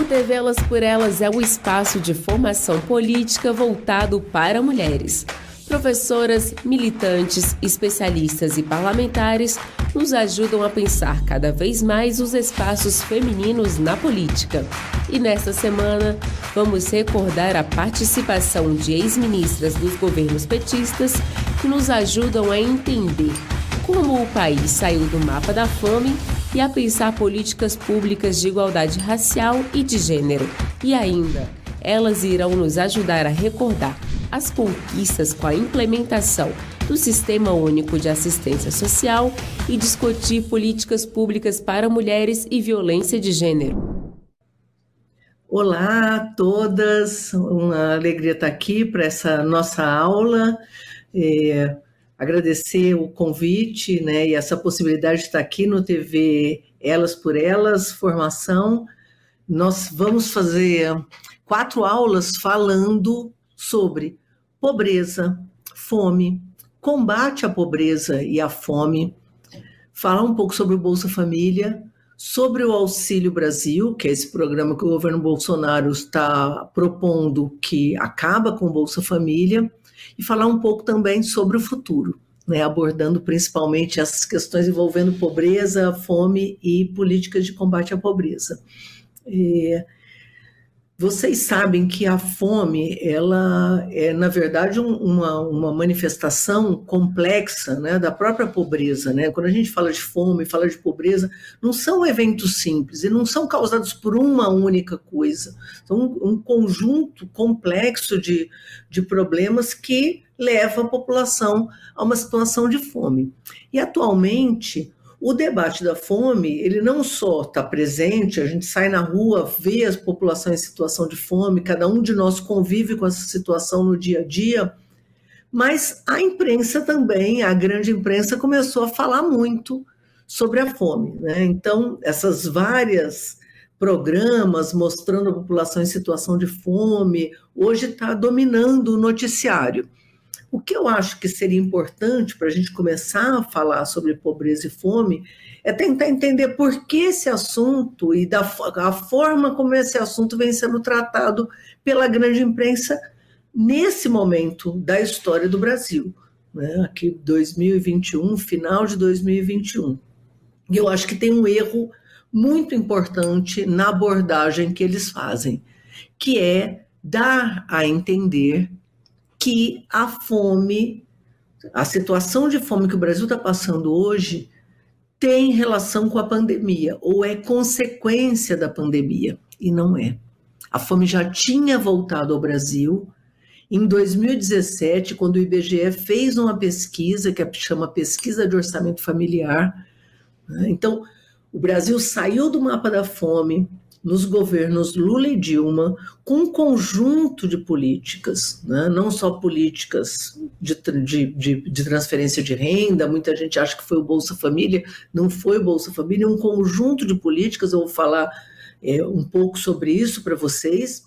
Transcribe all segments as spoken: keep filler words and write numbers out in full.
T V Elas por Elas é um espaço de formação política voltado para mulheres. Professoras, militantes, especialistas e parlamentares nos ajudam a pensar cada vez mais os espaços femininos na política. E nesta semana, vamos recordar a participação de ex-ministras dos governos petistas que nos ajudam a entender como o país saiu do mapa da fome e a pensar políticas públicas de igualdade racial e de gênero. E ainda, elas irão nos ajudar a recordar as conquistas com a implementação do Sistema Único de Assistência Social e discutir políticas públicas para mulheres e violência de gênero. Olá a todas, uma alegria estar aqui para essa nossa aula. É... Agradecer o convite, né, e essa possibilidade de estar aqui no T V Elas por Elas, formação. Nós vamos fazer quatro aulas falando sobre pobreza, fome, combate à pobreza e à fome, falar um pouco sobre o Bolsa Família, sobre o Auxílio Brasil, que é esse programa que o governo Bolsonaro está propondo que acaba com o Bolsa Família, e falar um pouco também sobre o futuro, né, abordando principalmente essas questões envolvendo pobreza, fome e políticas de combate à pobreza. É, vocês sabem que a fome, ela é, na verdade, um, uma, uma manifestação complexa, né, da própria pobreza, né? Quando a gente fala de fome, fala de pobreza, não são eventos simples e não são causados por uma única coisa. São um, um conjunto complexo de, de problemas que leva a população a uma situação de fome. E, atualmente, o debate da fome, ele não só está presente, a gente sai na rua, vê a população em situação de fome, cada um de nós convive com essa situação no dia a dia, mas a imprensa também, a grande imprensa, começou a falar muito sobre a fome, né? Então, essas várias programas mostrando a população em situação de fome, hoje está dominando o noticiário. O que eu acho que seria importante para a gente começar a falar sobre pobreza e fome é tentar entender por que esse assunto e da, a forma como esse assunto vem sendo tratado pela grande imprensa nesse momento da história do Brasil, né? Aqui dois mil e vinte e um, final de dois mil e vinte e um. E eu acho que tem um erro muito importante na abordagem que eles fazem, que é dar a entender que a fome, a situação de fome que o Brasil está passando hoje tem relação com a pandemia, ou é consequência da pandemia, e não é. A fome já tinha voltado ao Brasil em dois mil e dezessete, quando o I B G E fez uma pesquisa, que chama Pesquisa de Orçamento Familiar. Então, o Brasil saiu do mapa da fome nos governos Lula e Dilma, com um conjunto de políticas, né? Não só políticas de, de, de, de transferência de renda, muita gente acha que foi o Bolsa Família, não foi o Bolsa Família, um conjunto de políticas, eu vou falar é, um pouco sobre isso para vocês,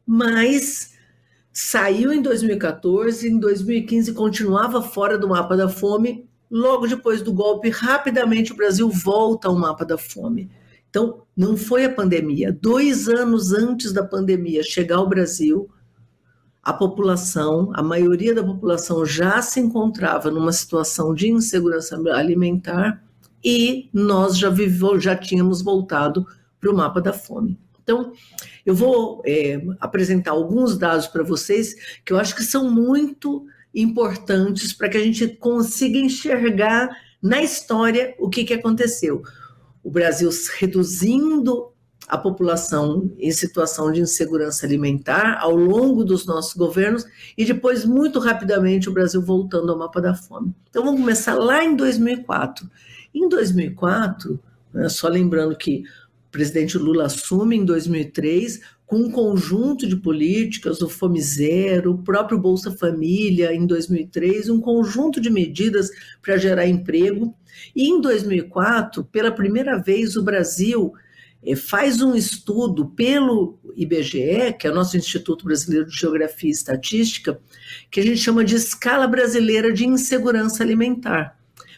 mas saiu em dois mil e quatorze, em dois mil e quinze continuava fora do mapa da fome, logo depois do golpe, rapidamente o Brasil volta ao mapa da fome. Então, não foi a pandemia. Dois anos antes da pandemia chegar ao Brasil, a população, a maioria da população já se encontrava numa situação de insegurança alimentar e nós já, vivou, já tínhamos voltado para o mapa da fome. Então, eu vou é, apresentar alguns dados para vocês que eu acho que são muito importantes para que a gente consiga enxergar na história o que, que aconteceu. O Brasil reduzindo a população em situação de insegurança alimentar ao longo dos nossos governos e depois, muito rapidamente, o Brasil voltando ao mapa da fome. Então, vamos começar lá em dois mil e quatro. Em dois mil e quatro, né, só lembrando que o presidente Lula assume em dois mil e três com um conjunto de políticas, o Fome Zero, o próprio Bolsa Família em dois mil e três, um conjunto de medidas para gerar emprego. E em dois mil e quatro, pela primeira vez, o Brasil eh, faz um estudo pelo I B G E, que é o nosso Instituto Brasileiro de Geografia e Estatística, que a gente chama de Escala Brasileira de Insegurança Alimentar,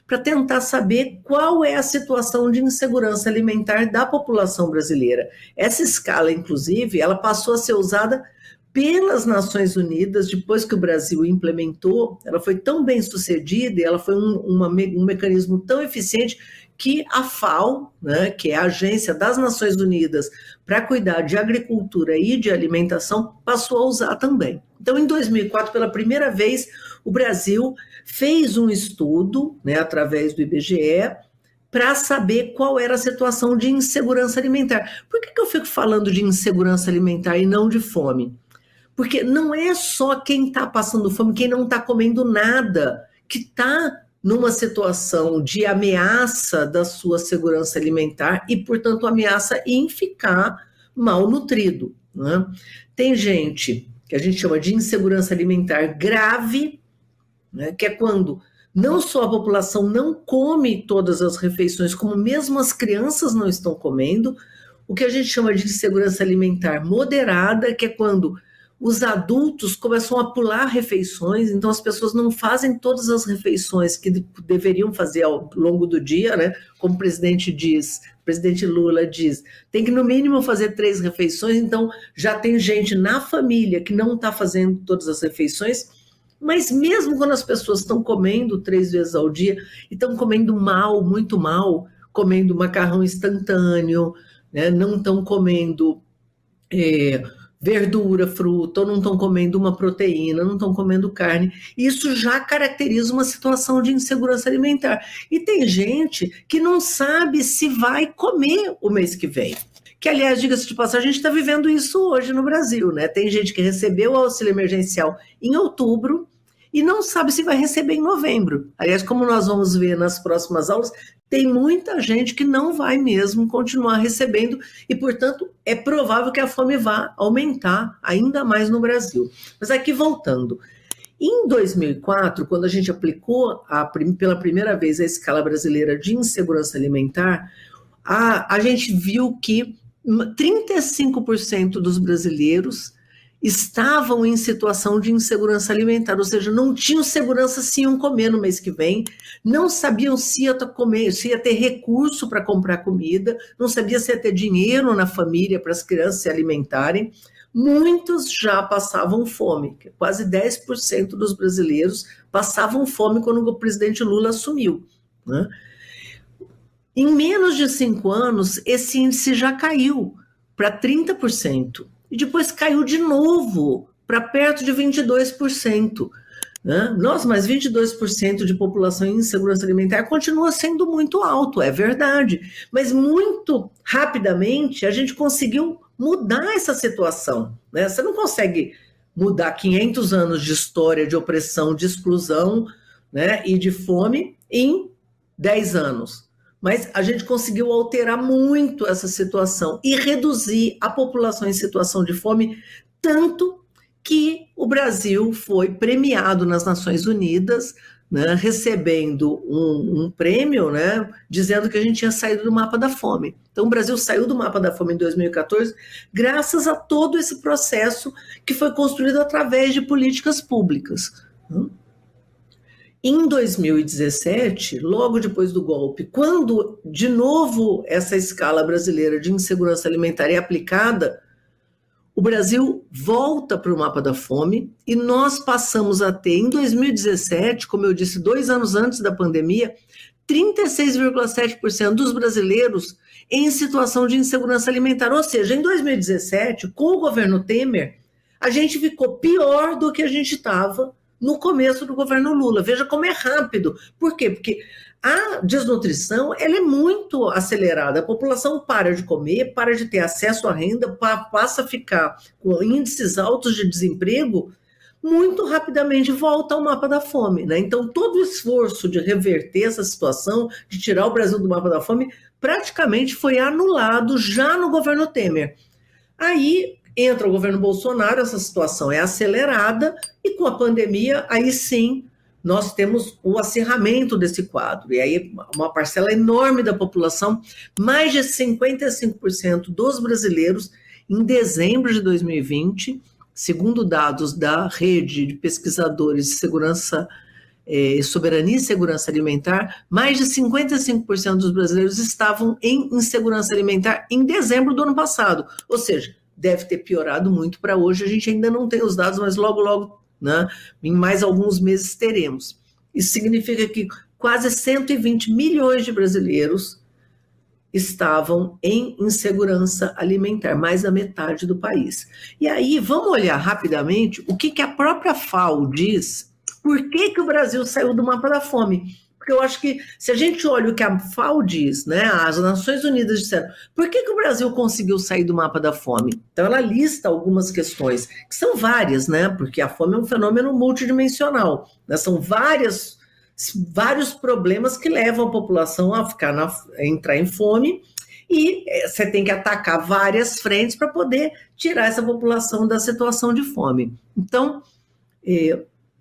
para tentar saber qual é a situação de insegurança alimentar da população brasileira. Essa escala, inclusive, ela passou a ser usada pelas Nações Unidas, depois que o Brasil implementou. Ela foi tão bem sucedida e ela foi um, uma, um mecanismo tão eficiente que a FAO, né, que é a Agência das Nações Unidas para cuidar de agricultura e de alimentação, passou a usar também. Então, em dois mil e quatro, pela primeira vez, o Brasil fez um estudo, né, através do I B G E, para saber qual era a situação de insegurança alimentar. Por que que eu fico falando de insegurança alimentar e não de fome? Porque não é só quem está passando fome, quem não está comendo nada, que está numa situação de ameaça da sua segurança alimentar e, portanto, ameaça em ficar malnutrido, né? Tem gente que a gente chama de insegurança alimentar grave, né, que é quando não só a população não come todas as refeições, como mesmo as crianças não estão comendo. O que a gente chama de insegurança alimentar moderada, que é quando os adultos começam a pular refeições, então as pessoas não fazem todas as refeições que deveriam fazer ao longo do dia, né? Como o presidente diz, o presidente Lula diz, tem que no mínimo fazer três refeições, então já tem gente na família que não está fazendo todas as refeições, mas mesmo quando as pessoas estão comendo três vezes ao dia, e estão comendo mal, muito mal, comendo macarrão instantâneo, né? Não estão comendo É, verdura, fruta, ou não estão comendo uma proteína, não estão comendo carne. Isso já caracteriza uma situação de insegurança alimentar. E tem gente que não sabe se vai comer o mês que vem. Que, aliás, diga-se de passagem, a gente está vivendo isso hoje no Brasil, né? Tem gente que recebeu o auxílio emergencial em outubro e não sabe se vai receber em novembro. Aliás, como nós vamos ver nas próximas aulas, tem muita gente que não vai mesmo continuar recebendo e, portanto, é provável que a fome vá aumentar ainda mais no Brasil. Mas aqui, voltando, em dois mil e quatro, quando a gente aplicou a, pela primeira vez a escala brasileira de insegurança alimentar, a, a gente viu que trinta e cinco por cento dos brasileiros estavam em situação de insegurança alimentar, ou seja, não tinham segurança se iam comer no mês que vem, não sabiam se ia, comer, se ia ter recurso para comprar comida, não sabia se ia ter dinheiro na família para as crianças se alimentarem. Muitos já passavam fome, quase dez por cento dos brasileiros passavam fome quando o presidente Lula assumiu, né? Em menos de cinco anos, esse índice já caiu para trinta por cento. E depois caiu de novo para perto de vinte e dois por cento. Né? Nossa, mas vinte e dois por cento de população em insegurança alimentar continua sendo muito alto, é verdade. Mas muito rapidamente a gente conseguiu mudar essa situação. Né? Você não consegue mudar quinhentos anos de história de opressão, de exclusão, né, e de fome em dez anos. Mas a gente conseguiu alterar muito essa situação e reduzir a população em situação de fome, tanto que o Brasil foi premiado nas Nações Unidas, né, recebendo um, um prêmio, né, dizendo que a gente tinha saído do mapa da fome. Então o Brasil saiu do mapa da fome em dois mil e quatorze graças a todo esse processo que foi construído através de políticas públicas. Em dois mil e dezessete, logo depois do golpe, quando de novo essa escala brasileira de insegurança alimentar é aplicada, o Brasil volta para o mapa da fome e nós passamos a ter, em dois mil e dezessete, como eu disse, dois anos antes da pandemia, trinta e seis vírgula sete por cento dos brasileiros em situação de insegurança alimentar. Ou seja, em dois mil e dezessete, com o governo Temer, a gente ficou pior do que a gente estava no começo do governo Lula. Veja como é rápido. Por quê? Porque a desnutrição ela é muito acelerada. A população para de comer, para de ter acesso à renda, passa a ficar com índices altos de desemprego, muito rapidamente volta ao mapa da fome. Né? Então, todo o esforço de reverter essa situação, de tirar o Brasil do mapa da fome, praticamente foi anulado já no governo Temer. Aí entra o governo Bolsonaro, essa situação é acelerada, e com a pandemia, aí sim, nós temos o acirramento desse quadro. E aí uma parcela enorme da população, mais de cinquenta e cinco por cento dos brasileiros, em dezembro de dois mil e vinte, segundo dados da rede de pesquisadores de segurança é, soberania e segurança alimentar, mais de cinquenta e cinco por cento dos brasileiros estavam em insegurança alimentar em dezembro do ano passado. Ou seja, deve ter piorado muito para hoje. A gente ainda não tem os dados, mas logo, logo, né, em mais alguns meses teremos. Isso significa que quase cento e vinte milhões de brasileiros estavam em insegurança alimentar, mais da metade do país. E aí, vamos olhar rapidamente o que, que a própria F A O diz, por que, que o Brasil saiu do mapa da fome. Porque eu acho que, se a gente olha o que a F A O diz, né, as Nações Unidas disseram, por que, que o Brasil conseguiu sair do mapa da fome? Então, ela lista algumas questões, que são várias, né, porque a fome é um fenômeno multidimensional, né, são várias vários problemas que levam a população a ficar na, a entrar em fome, e você tem que atacar várias frentes para poder tirar essa população da situação de fome. Então, eh,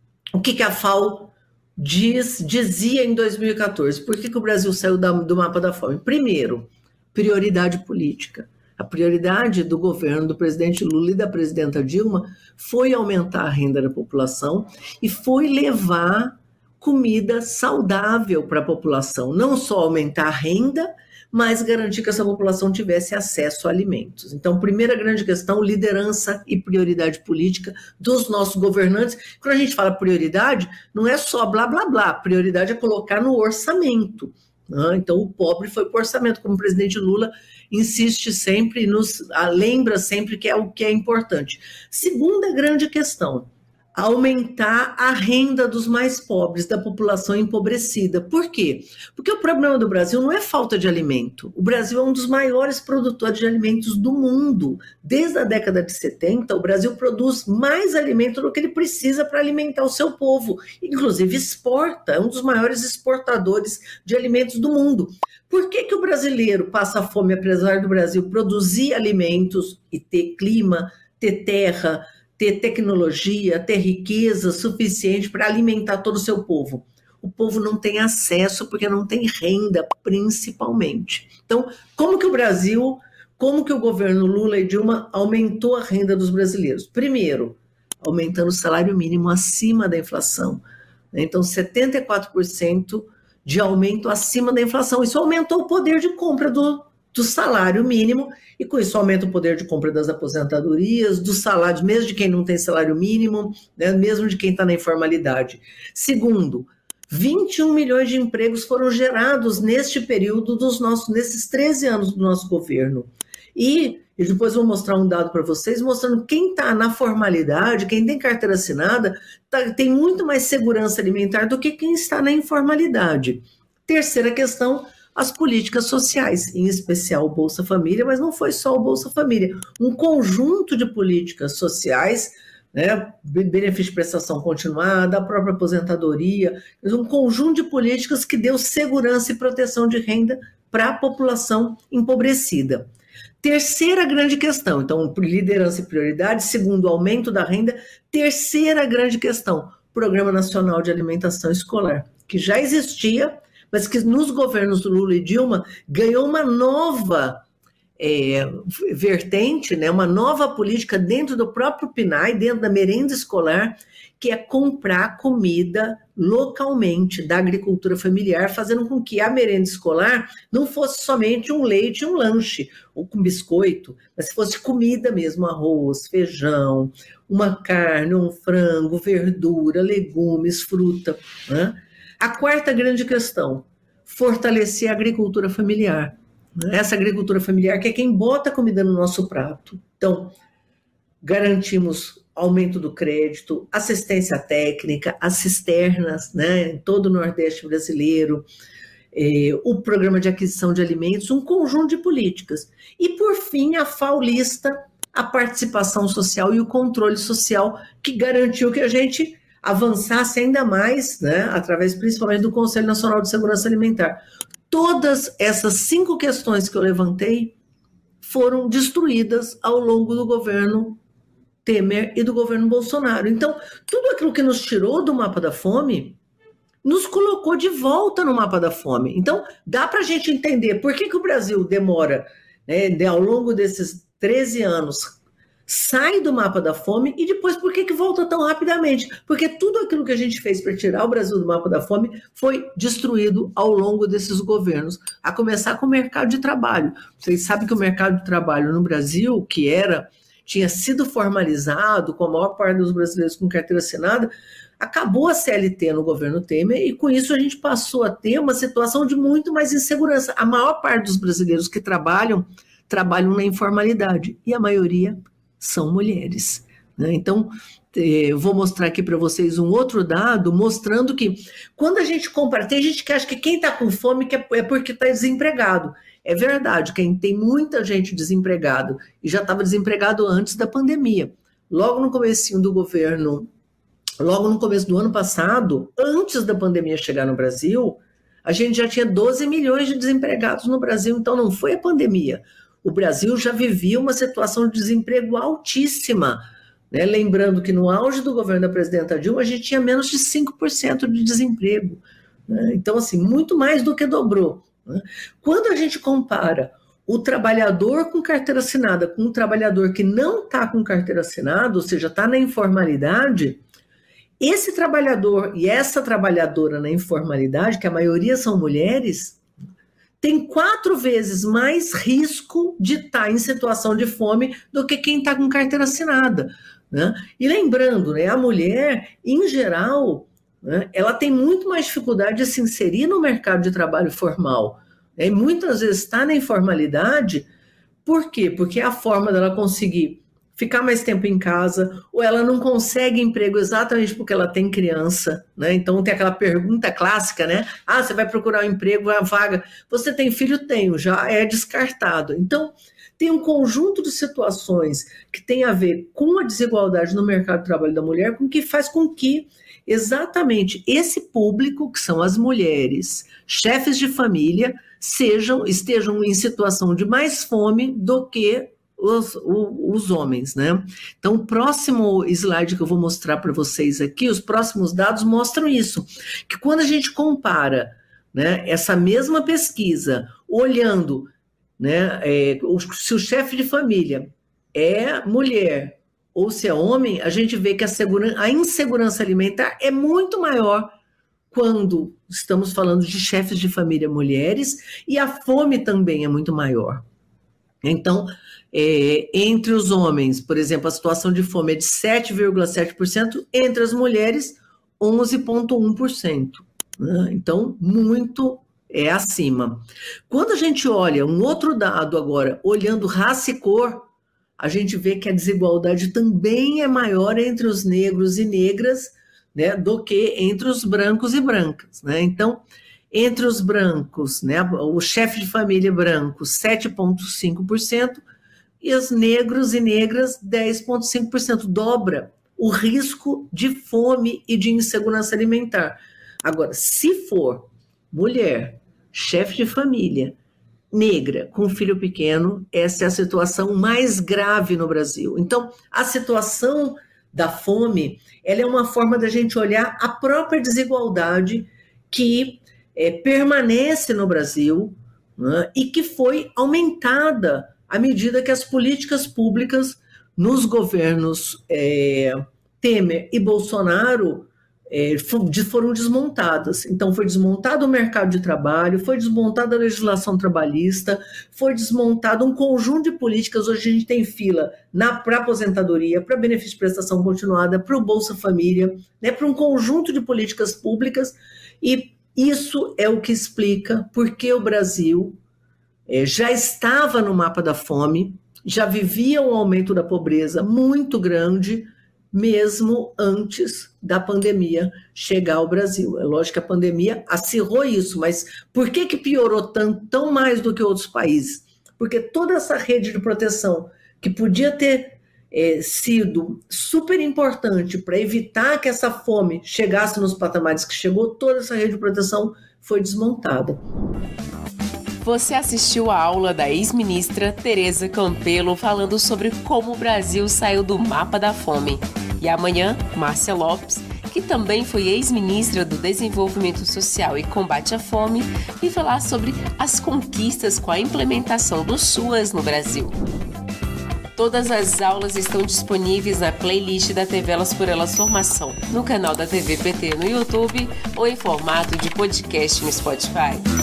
o que, que a F A O diz, dizia em dois mil e quatorze? Por que, que o Brasil saiu da, do mapa da fome? Primeiro, prioridade política. A prioridade do governo do presidente Lula e da presidenta Dilma foi aumentar a renda da população e foi levar comida saudável para a população, não só aumentar a renda, mas garantir que essa população tivesse acesso a alimentos. Então, primeira grande questão, liderança e prioridade política dos nossos governantes. Quando a gente fala prioridade, não é só blá, blá, blá, prioridade é colocar no orçamento, né? Então, o pobre foi para o orçamento, como o presidente Lula insiste sempre, nos lembra sempre que é o que é importante. Segunda grande questão, aumentar a renda dos mais pobres, da população empobrecida. Por quê? Porque o problema do Brasil não é falta de alimento. O Brasil é um dos maiores produtores de alimentos do mundo. Desde a década de setenta, o Brasil produz mais alimento do que ele precisa para alimentar o seu povo. Inclusive exporta, é um dos maiores exportadores de alimentos do mundo. Por que que o brasileiro passa fome, apesar do Brasil produzir alimentos e ter clima, ter terra, ter tecnologia, ter riqueza suficiente para alimentar todo o seu povo? O povo não tem acesso porque não tem renda, principalmente. Então, como que o Brasil, como que o governo Lula e Dilma aumentou a renda dos brasileiros? Primeiro, aumentando o salário mínimo acima da inflação. Então, setenta e quatro por cento de aumento acima da inflação. Isso aumentou o poder de compra do do salário mínimo, e com isso aumenta o poder de compra das aposentadorias, dos salários, mesmo de quem não tem salário mínimo, né, mesmo de quem está na informalidade. Segundo, vinte e um milhões de empregos foram gerados neste período dos nossos, nesses treze anos do nosso governo. E eu depois vou mostrar um dado para vocês, mostrando quem está na formalidade, quem tem carteira assinada, tá, tem muito mais segurança alimentar do que quem está na informalidade. Terceira questão, as políticas sociais, em especial o Bolsa Família, mas não foi só o Bolsa Família, um conjunto de políticas sociais, né, benefício de prestação continuada, a própria aposentadoria, um conjunto de políticas que deu segurança e proteção de renda para a população empobrecida. Terceira grande questão, então, liderança e prioridade. Segundo, aumento da renda. Terceira grande questão, Programa Nacional de Alimentação Escolar, que já existia, mas que nos governos do Lula e Dilma ganhou uma nova é, vertente, né, uma nova política dentro do próprio P N A E, dentro da merenda escolar, que é comprar comida localmente da agricultura familiar, fazendo com que a merenda escolar não fosse somente um leite e um lanche, ou com biscoito, mas fosse comida mesmo, arroz, feijão, uma carne, um frango, verdura, legumes, fruta, né? A quarta grande questão, fortalecer a agricultura familiar. Essa agricultura familiar que é quem bota a comida no nosso prato. Então, garantimos aumento do crédito, assistência técnica, as cisternas, né, em todo o Nordeste brasileiro, eh, o programa de aquisição de alimentos, um conjunto de políticas. E, por fim, a F A O lista a participação social e o controle social, que garantiu que a gente avançasse ainda mais, né, através principalmente do Conselho Nacional de Segurança Alimentar. Todas essas cinco questões que eu levantei foram destruídas ao longo do governo Temer e do governo Bolsonaro. Então, tudo aquilo que nos tirou do mapa da fome, nos colocou de volta no mapa da fome. Então, dá para a gente entender por que, que o Brasil demora, né, de, ao longo desses treze anos, sai do mapa da fome e depois por que que volta tão rapidamente? Porque tudo aquilo que a gente fez para tirar o Brasil do mapa da fome foi destruído ao longo desses governos, a começar com o mercado de trabalho. Vocês sabem que o mercado de trabalho no Brasil, que era, tinha sido formalizado com a maior parte dos brasileiros com carteira assinada, acabou a C L T no governo Temer e com isso a gente passou a ter uma situação de muito mais insegurança. A maior parte dos brasileiros que trabalham, trabalham na informalidade e a maioria são mulheres, né? Então, eu vou mostrar aqui para vocês um outro dado mostrando que quando a gente compara, tem gente que acha que quem está com fome é porque está desempregado. É verdade, quem tem muita gente desempregado e já estava desempregado antes da pandemia. Logo no comecinho do governo, logo no começo do ano passado, antes da pandemia chegar no Brasil, a gente já tinha doze milhões de desempregados no Brasil, então não foi a pandemia. O Brasil já vivia uma situação de desemprego altíssima, né? Lembrando que no auge do governo da presidenta Dilma, a gente tinha menos de cinco por cento de desemprego, né? Então, assim, muito mais do que dobrou, né? Quando a gente compara o trabalhador com carteira assinada com um trabalhador que não está com carteira assinada, ou seja, está na informalidade, esse trabalhador e essa trabalhadora na informalidade, que a maioria são mulheres, tem quatro vezes mais risco de estar em situação de fome do que quem está com carteira assinada, né? E lembrando, né, a mulher, em geral, né, ela tem muito mais dificuldade de se inserir no mercado de trabalho formal, né? E muitas vezes está na informalidade, por quê? Porque é a forma dela conseguir ficar mais tempo em casa, ou ela não consegue emprego exatamente porque ela tem criança, né? Então tem aquela pergunta clássica, né? Ah, você vai procurar um emprego, a vaga. Você tem filho? Tenho, já é descartado. Então, tem um conjunto de situações que tem a ver com a desigualdade no mercado de trabalho da mulher, com que faz com que exatamente esse público, que são as mulheres, chefes de família, sejam, estejam em situação de mais fome do que Os, os homens, né? Então, o próximo slide que eu vou mostrar para vocês aqui, os próximos dados mostram isso, que quando a gente compara, né, essa mesma pesquisa, olhando, né, é, se o chefe de família é mulher ou se é homem, a gente vê que a, segura, a insegurança alimentar é muito maior quando estamos falando de chefes de família mulheres, e a fome também é muito maior. Então, É, entre os homens, por exemplo, a situação de fome é de sete vírgula sete por cento, entre as mulheres, onze vírgula um por cento. Né? Então, muito é acima. Quando a gente olha um outro dado agora, olhando raça e cor, a gente vê que a desigualdade também é maior entre os negros e negras, né, do que entre os brancos e brancas. Né? Então, entre os brancos, né, o chefe de família branco, sete vírgula cinco por cento, e os negros e negras, dez vírgula cinco por cento, dobra o risco de fome e de insegurança alimentar. Agora, se for mulher, chefe de família, negra, com filho pequeno, essa é a situação mais grave no Brasil. Então, a situação da fome, ela é uma forma da gente olhar a própria desigualdade que é, permanece no Brasil, né, e que foi aumentada à medida que as políticas públicas nos governos é, Temer e Bolsonaro é, foram desmontadas. Então, foi desmontado o mercado de trabalho, foi desmontada a legislação trabalhista, foi desmontado um conjunto de políticas. Hoje a gente tem fila para aposentadoria, para benefício de prestação continuada, para o Bolsa Família, né, para um conjunto de políticas públicas, e isso é o que explica por que o Brasil É, já estava no mapa da fome, já vivia um aumento da pobreza muito grande, mesmo antes da pandemia chegar ao Brasil. É lógico que a pandemia acirrou isso, mas por que que piorou tanto, tão mais do que outros países? Porque toda essa rede de proteção, que podia ter é, sido super importante para evitar que essa fome chegasse nos patamares que chegou, toda essa rede de proteção foi desmontada. Você assistiu a aula da ex-ministra Tereza Campelo falando sobre como o Brasil saiu do mapa da fome. E amanhã, Márcia Lopes, que também foi ex-ministra do Desenvolvimento Social e Combate à Fome, vai falar sobre as conquistas com a implementação do SUAS no Brasil. Todas as aulas estão disponíveis na playlist da T V Elas por Elas Formação, no canal da T V P T no YouTube ou em formato de podcast no Spotify.